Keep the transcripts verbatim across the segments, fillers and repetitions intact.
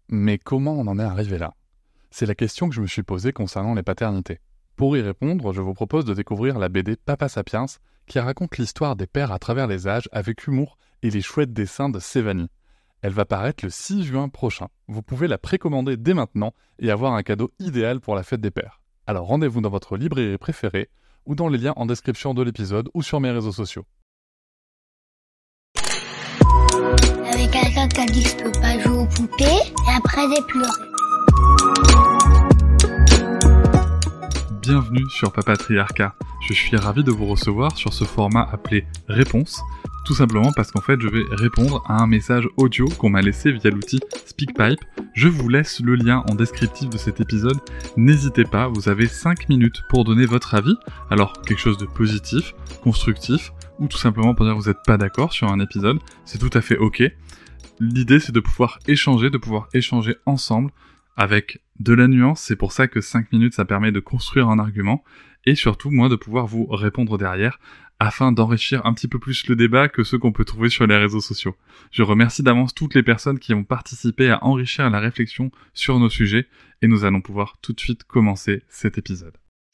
Mais comment on en est arrivé là? C'est la question que je me suis posée concernant les paternités. Pour y répondre, je vous propose de découvrir la B D Papa Sapiens, qui raconte l'histoire des pères à travers les âges avec humour et les chouettes dessins de Sévanie. Elle va paraître le six juin prochain. Vous pouvez la précommander dès maintenant et avoir un cadeau idéal pour la fête des pères. Alors rendez-vous dans votre librairie préférée ou dans les liens en description de l'épisode ou sur mes réseaux sociaux. Avec quelqu'un qui a dit que je peux pas jouer aux poupées et après j'ai pleuré. Bienvenue sur Papatriarcat. Je suis ravi de vous recevoir sur ce format appelé Réponse, tout simplement parce qu'en fait je vais répondre à un message audio qu'on m'a laissé via l'outil SpeakPipe. Je vous laisse le lien en descriptif de cet épisode. N'hésitez pas, vous avez cinq minutes pour donner votre avis. Alors quelque chose de positif, constructif, ou tout simplement pour dire que vous n'êtes pas d'accord sur un épisode, c'est tout à fait ok. L'idée c'est de pouvoir échanger, de pouvoir échanger ensemble avec de la nuance, c'est pour ça que cinq minutes ça permet de construire un argument, et surtout moi de pouvoir vous répondre derrière, afin d'enrichir un petit peu plus le débat que ceux qu'on peut trouver sur les réseaux sociaux. Je remercie d'avance toutes les personnes qui ont participé à enrichir la réflexion sur nos sujets, et nous allons pouvoir tout de suite commencer cet épisode.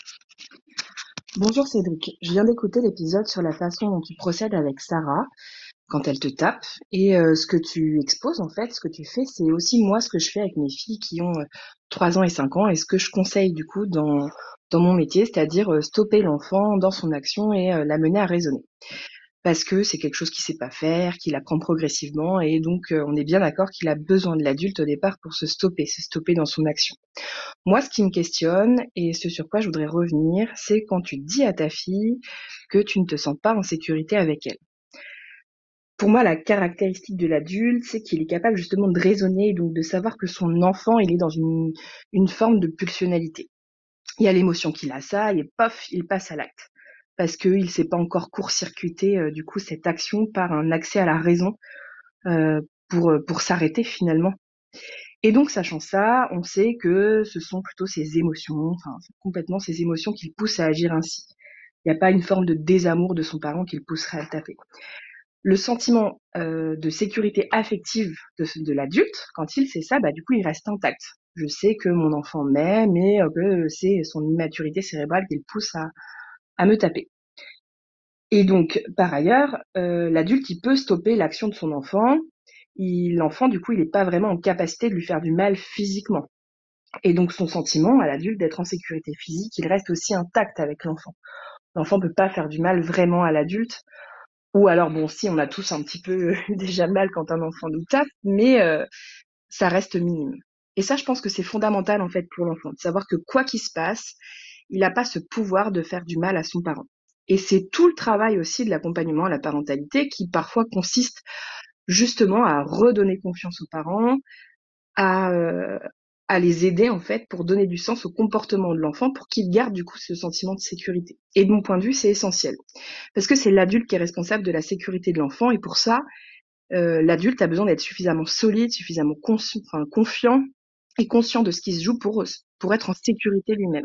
Bonjour Cédric, je viens d'écouter l'épisode sur la façon dont tu procèdes avec Sarah quand elle te tape, et euh, ce que tu exposes en fait, ce que tu fais, c'est aussi moi ce que je fais avec mes filles qui ont euh, trois ans et cinq ans, et ce que je conseille du coup dans dans mon métier, c'est-à-dire euh, stopper l'enfant dans son action et euh, l'amener à raisonner. Parce que c'est quelque chose qu'il sait pas faire, qu'il apprend progressivement, et donc euh, on est bien d'accord qu'il a besoin de l'adulte au départ pour se stopper, se stopper dans son action. Moi, ce qui me questionne, et ce sur quoi je voudrais revenir, c'est quand tu dis à ta fille que tu ne te sens pas en sécurité avec elle. Pour moi, la caractéristique de l'adulte, c'est qu'il est capable justement de raisonner et donc de savoir que son enfant, il est dans une, une forme de pulsionalité. Il y a l'émotion qu'il a ça, et pof, il passe à l'acte. Parce qu'il ne s'est pas encore court-circuité, euh, du coup, cette action par un accès à la raison euh, pour, pour s'arrêter finalement. Et donc, sachant ça, on sait que ce sont plutôt ses émotions, enfin, c'est complètement ses émotions qui le poussent à agir ainsi. Il n'y a pas une forme de désamour de son parent qui le pousserait à le taper. Le sentiment euh, de sécurité affective de, de l'adulte, quand il sait ça, bah du coup, il reste intact. Je sais que mon enfant m'aime et euh, que c'est son immaturité cérébrale qui le pousse à, à me taper. Et donc, par ailleurs, euh, l'adulte, il peut stopper l'action de son enfant. Il, l'enfant, du coup, il n'est pas vraiment en capacité de lui faire du mal physiquement. Et donc, son sentiment à l'adulte d'être en sécurité physique, il reste aussi intact avec l'enfant. L'enfant peut pas faire du mal vraiment à l'adulte. Ou alors, bon, si, on a tous un petit peu déjà mal quand un enfant nous tape, mais euh, ça reste minime. Et ça, je pense que c'est fondamental, en fait, pour l'enfant, de savoir que quoi qu'il se passe, il n'a pas ce pouvoir de faire du mal à son parent. Et c'est tout le travail aussi de l'accompagnement à la parentalité qui parfois consiste justement à redonner confiance aux parents, à, euh, à les aider en fait pour donner du sens au comportement de l'enfant pour qu'il garde du coup ce sentiment de sécurité. Et de mon point de vue, c'est essentiel. Parce que c'est l'adulte qui est responsable de la sécurité de l'enfant et pour ça, euh, l'adulte a besoin d'être suffisamment solide, suffisamment consci- enfin, confiant et conscient de ce qui se joue pour, pour être en sécurité lui-même.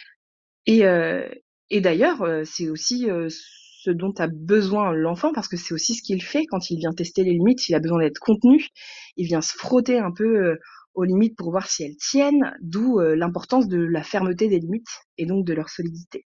Et, euh, et d'ailleurs, euh, c'est aussi euh, ce dont a besoin l'enfant, parce que c'est aussi ce qu'il fait quand il vient tester les limites. Il a besoin d'être contenu, il vient se frotter un peu euh, aux limites pour voir si elles tiennent, d'où euh, l'importance de la fermeté des limites et donc de leur solidité.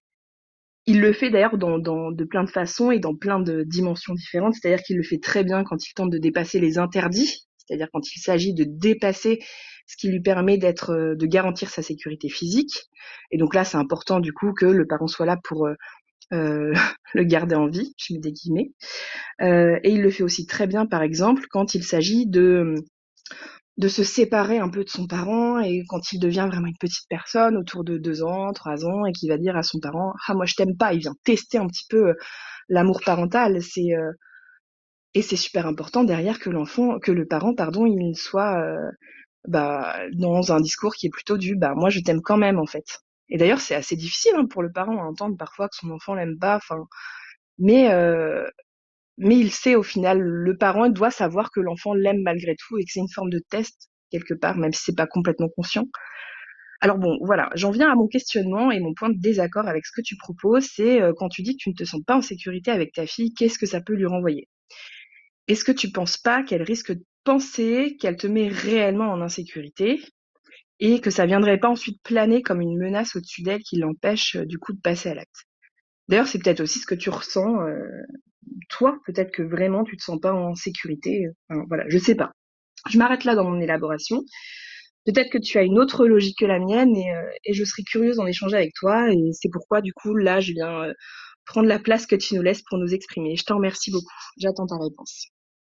Il le fait d'ailleurs dans, dans, de plein de façons et dans plein de dimensions différentes, c'est-à-dire qu'il le fait très bien quand il tente de dépasser les interdits, c'est-à-dire quand il s'agit de dépasser ce qui lui permet d'être, de garantir sa sécurité physique. Et donc là, c'est important du coup que le parent soit là pour euh, le garder en vie, je mets des guillemets. Euh, et il le fait aussi très bien, par exemple, quand il s'agit de de se séparer un peu de son parent et quand il devient vraiment une petite personne autour de deux ans, trois ans et qui va dire à son parent « Ah, moi je t'aime pas », il vient tester un petit peu l'amour parental. C'est euh, et c'est super important derrière que l'enfant, que le parent, pardon, il soit euh, bah, dans un discours qui est plutôt du bah moi je t'aime quand même en fait. Et d'ailleurs c'est assez difficile hein, pour le parent à entendre parfois que son enfant l'aime pas. Enfin, mais euh, mais il sait au final, le parent doit savoir que l'enfant l'aime malgré tout et que c'est une forme de test quelque part, même si c'est pas complètement conscient. Alors bon, voilà, j'en viens à mon questionnement et mon point de désaccord avec ce que tu proposes, c'est euh, quand tu dis que tu ne te sens pas en sécurité avec ta fille, qu'est-ce que ça peut lui renvoyer? Est-ce que tu penses pas qu'elle risque penser qu'elle te met réellement en insécurité et que ça viendrait pas ensuite planer comme une menace au-dessus d'elle qui l'empêche euh, du coup de passer à l'acte. D'ailleurs, c'est peut-être aussi ce que tu ressens, euh, toi, peut-être que vraiment tu te sens pas en sécurité. euh, Enfin, voilà, je sais pas. Je m'arrête là dans mon élaboration. Peut-être que tu as une autre logique que la mienne et, euh, et je serais curieuse d'en échanger avec toi et c'est pourquoi du coup là je viens euh, prendre la place que tu nous laisses pour nous exprimer. Je t'en remercie beaucoup. J'attends ta réponse.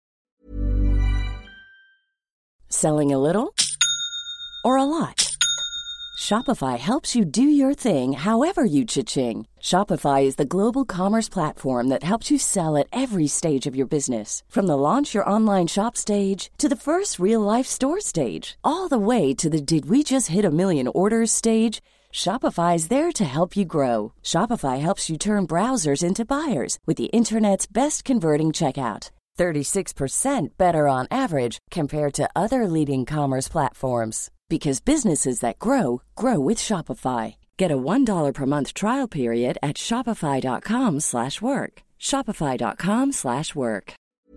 Selling a little or a lot? Shopify helps you do your thing however you cha-ching. Shopify is the global commerce platform that helps you sell at every stage of your business. From the launch your online shop stage to the first real-life store stage, all the way to the did we just hit a million orders stage. Shopify is there to help you grow. Shopify helps you turn browsers into buyers with the internet's best converting checkout. thirty-six percent better on average compared to other leading commerce platforms. Because businesses that grow, grow with Shopify. Get a one dollar per month trial period at shopify.com slash work. Shopify.com slash work.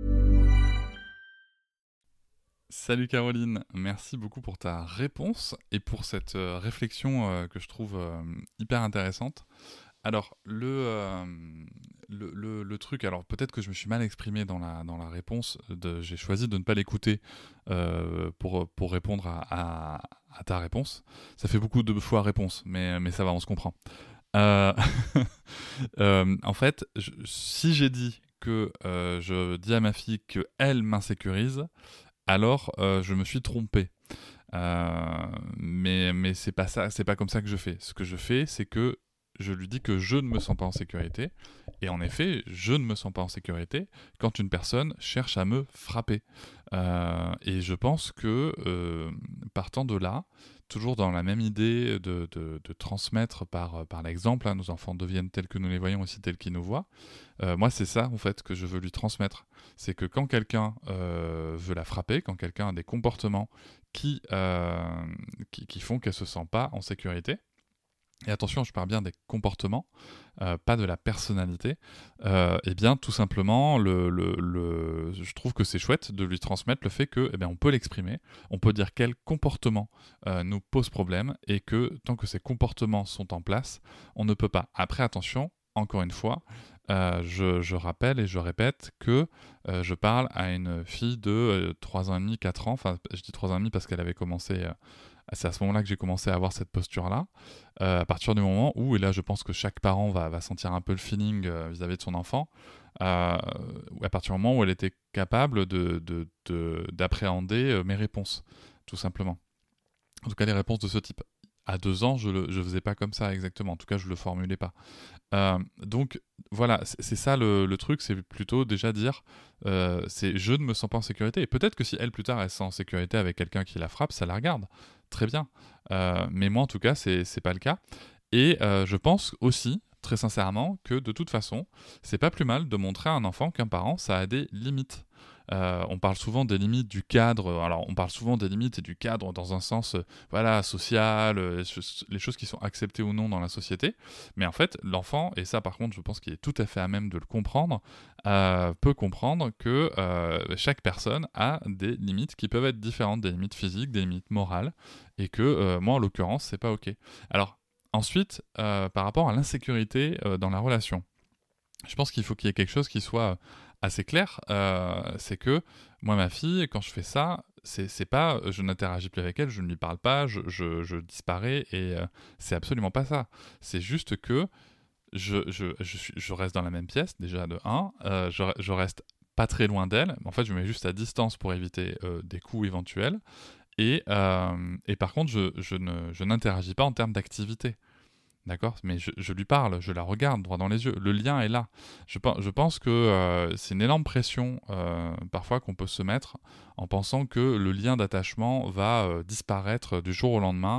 Salut Caroline, merci beaucoup pour ta réponse et pour cette euh, réflexion euh, que je trouve euh, hyper intéressante. Alors, le, euh, le, le, le truc, alors peut-être que je me suis mal exprimé dans la, dans la réponse, de, j'ai choisi de ne pas l'écouter euh, pour, pour répondre à, à, à ta réponse. Ça fait beaucoup de fois réponse, mais, mais ça va, on se comprend. Euh, euh, en fait, je, si j'ai dit que euh, je dis à ma fille qu'elle m'insécurise, alors euh, je me suis trompé. Euh, mais mais c'est pas ça, c'est pas comme ça que je fais. Ce que je fais, c'est que je lui dis que je ne me sens pas en sécurité. Et en effet, je ne me sens pas en sécurité quand une personne cherche à me frapper. Euh, et je pense que, euh, partant de là, toujours dans la même idée de, de, de transmettre par, par l'exemple, hein, nos enfants deviennent tels que nous les voyons aussi tels qu'ils nous voient. Euh, moi, c'est ça, en fait, que je veux lui transmettre. C'est que quand quelqu'un euh, veut la frapper, quand quelqu'un a des comportements qui, euh, qui, qui font qu'elle ne se sent pas en sécurité, et attention, je parle bien des comportements, euh, pas de la personnalité, euh, et bien tout simplement, le, le, le, je trouve que c'est chouette de lui transmettre le fait que, eh bien, on peut l'exprimer, on peut dire quel comportement euh, nous pose problème, et que tant que ces comportements sont en place, on ne peut pas. Après, attention, encore une fois, euh, je, je rappelle et je répète que euh, je parle à une fille de euh, trois ans et demi, quatre ans, enfin je dis trois ans et demi parce qu'elle avait commencé... Euh, c'est à ce moment-là que j'ai commencé à avoir cette posture-là. Euh, à partir du moment où, et là je pense que chaque parent va, va sentir un peu le feeling euh, vis-à-vis de son enfant, euh, à partir du moment où elle était capable de, de, de, d'appréhender euh, mes réponses, tout simplement. En tout cas, les réponses de ce type. À deux ans, je ne faisais pas comme ça exactement. En tout cas, je ne le formulais pas. Euh, donc, voilà, c'est, c'est ça le, le truc, c'est plutôt déjà dire, euh, c'est je ne me sens pas en sécurité. Et peut-être que si elle, plus tard, elle se sent en sécurité avec quelqu'un qui la frappe, ça la regarde. Très bien. Euh, mais moi, en tout cas, c'est, c'est pas le cas. Et euh, je pense aussi, très sincèrement, que de toute façon, c'est pas plus mal de montrer à un enfant qu'un parent, ça a des limites. Euh, on parle souvent des limites du cadre, alors on parle souvent des limites et du cadre dans un sens euh, voilà, social, euh, les, choses, les choses qui sont acceptées ou non dans la société, mais en fait l'enfant, et ça par contre je pense qu'il est tout à fait à même de le comprendre, euh, peut comprendre que euh, chaque personne a des limites qui peuvent être différentes, des limites physiques, des limites morales, et que euh, moi en l'occurrence c'est pas ok. Alors ensuite, euh, par rapport à l'insécurité euh, dans la relation, je pense qu'il faut qu'il y ait quelque chose qui soit assez clair, euh, c'est que moi, ma fille, quand je fais ça, c'est, c'est pas je n'interagis plus avec elle, je ne lui parle pas, je, je, je disparais, et euh, c'est absolument pas ça. C'est juste que je, je, je, suis, je reste dans la même pièce, déjà de un, euh, je, je reste pas très loin d'elle, en fait je me mets juste à distance pour éviter euh, des coups éventuels, et, euh, et par contre je, je, ne, je n'interagis pas en termes d'activité. D'accord, mais je, je lui parle, je la regarde droit dans les yeux. Le lien est là. Je, je pense que euh, c'est une énorme pression euh, parfois qu'on peut se mettre en pensant que le lien d'attachement va euh, disparaître du jour au lendemain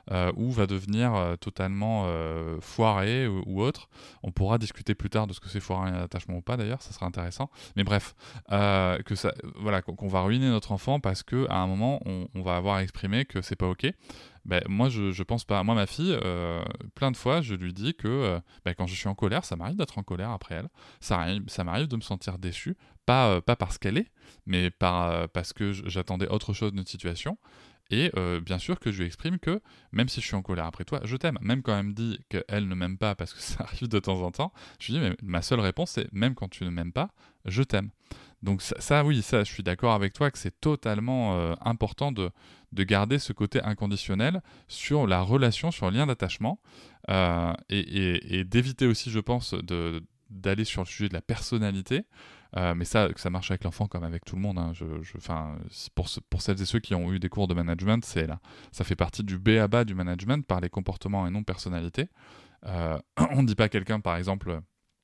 euh, ou va devenir euh, totalement euh, foiré ou, ou autre. On pourra discuter plus tard de ce que c'est foirer un attachement ou pas d'ailleurs, ça sera intéressant. Mais bref, euh, que ça, voilà, qu'on va ruiner notre enfant parce qu'à un moment, on, on va avoir exprimé que c'est pas ok. Ben, moi, je, je pense pas. Moi, ma fille, euh, plein de fois, je lui dis que euh, ben, quand je suis en colère, ça m'arrive d'être en colère après elle. Ça, arrive, ça m'arrive de me sentir déçu. Pas, euh, pas parce qu'elle est, mais par, euh, parce que j'attendais autre chose d'une situation. Et euh, bien sûr que je lui exprime que, même si je suis en colère après toi, je t'aime. Même quand elle me dit qu'elle ne m'aime pas, parce que ça arrive de temps en temps, je lui dis, mais ma seule réponse, c'est même quand tu ne m'aimes pas, je t'aime. Donc ça, ça, oui, ça, je suis d'accord avec toi que c'est totalement euh, important de, de garder ce côté inconditionnel sur la relation, sur le lien d'attachement, euh, et, et, et d'éviter aussi, je pense, de, d'aller sur le sujet de la personnalité. Euh, mais ça, que ça marche avec l'enfant comme avec tout le monde. Hein. Je, je, pour, ce, pour celles et ceux qui ont eu des cours de management, c'est là. Ça fait partie du B A B A du management, par les comportements et non personnalité. Euh, on ne dit pas à quelqu'un, par exemple...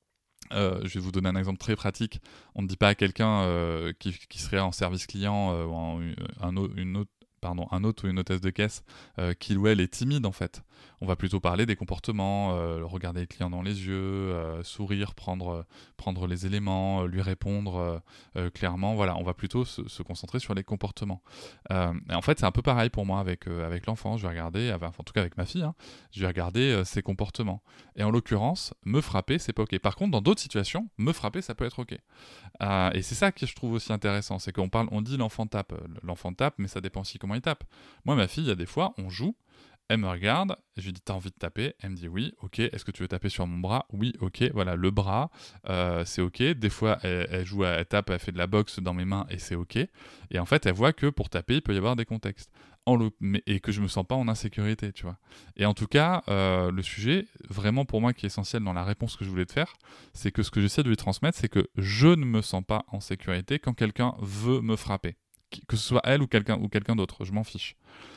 Euh, je vais vous donner un exemple très pratique. On ne dit pas à quelqu'un euh, qui, qui serait en service client euh, ou en, un, une autre, pardon, un hôte ou une hôtesse de caisse euh, qu'il ou elle est timide en fait. On va plutôt parler des comportements, euh, regarder les clients dans les yeux, euh, sourire, prendre, prendre les éléments, euh, lui répondre euh, euh, clairement. Voilà, on va plutôt se, se concentrer sur les comportements. Euh, et en fait, c'est un peu pareil pour moi avec, euh, avec l'enfant. Je vais regarder, enfin, en tout cas avec ma fille, hein, je vais regarder euh, ses comportements. Et en l'occurrence, me frapper, c'est pas ok. Par contre, dans d'autres situations, me frapper, ça peut être ok. Euh, et c'est ça que je trouve aussi intéressant, c'est qu'on parle, on dit l'enfant tape, l'enfant tape, mais ça dépend aussi comment il tape. Moi, ma fille, il y a des fois, on joue. Elle me regarde, je lui dis t'as envie de taper, elle me dit oui, ok, est-ce que tu veux taper sur mon bras? Oui, ok, voilà, le bras, euh, c'est ok. Des fois, elle, elle joue, elle tape, elle fait de la boxe dans mes mains et c'est ok. Et en fait, elle voit que pour taper, il peut y avoir des contextes. En le, mais, et que je me sens pas en insécurité, tu vois. Et en tout cas, euh, le sujet, vraiment pour moi qui est essentiel dans la réponse que je voulais te faire, c'est que ce que j'essaie de lui transmettre, c'est que je ne me sens pas en sécurité quand quelqu'un veut me frapper. Que ce soit elle ou quelqu'un, ou quelqu'un d'autre, je m'en fiche.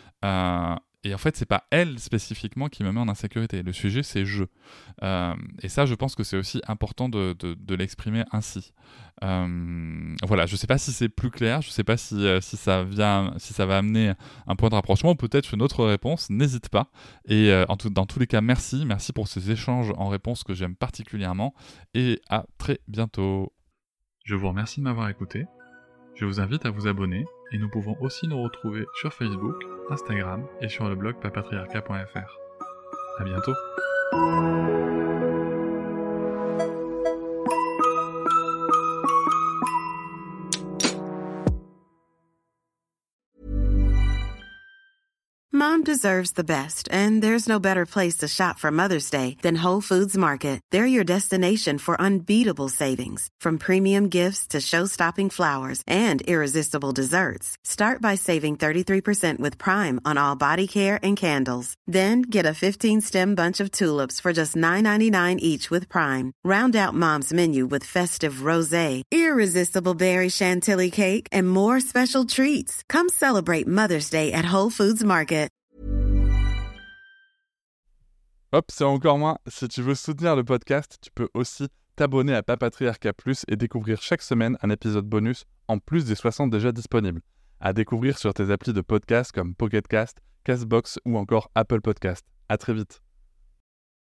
Euh, Et en fait, c'est pas elle spécifiquement qui me met en insécurité. Le sujet, c'est je. Euh, et ça, je pense que c'est aussi important de, de, de l'exprimer ainsi. Euh, voilà, je sais pas si c'est plus clair, je sais pas si, euh, si, ça vient, si ça va amener un point de rapprochement ou peut-être une autre réponse. N'hésite pas. Et euh, en tout, dans tous les cas, merci. Merci pour ces échanges en réponse que j'aime particulièrement. Et à très bientôt. Je vous remercie de m'avoir écouté. Je vous invite à vous abonner et nous pouvons aussi nous retrouver sur Facebook, Instagram et sur le blog papatriarcat point f r. À bientôt. Mom deserves the best, and there's no better place to shop for Mother's Day than Whole Foods Market. They're your destination for unbeatable savings, from premium gifts to show-stopping flowers and irresistible desserts. Start by saving thirty-three percent with Prime on all body care and candles. Then get a fifteen-stem bunch of tulips for just nine ninety-nine each with Prime. Round out Mom's menu with festive rosé, irresistible berry chantilly cake, and more special treats. Come celebrate Mother's Day at Whole Foods Market. Hop, c'est encore moins. Si tu veux soutenir le podcast, tu peux aussi t'abonner à Papatriarcat Plus et découvrir chaque semaine un épisode bonus en plus des soixante déjà disponibles. À découvrir sur tes applis de podcast comme Pocket Cast, Castbox ou encore Apple Podcast. À très vite.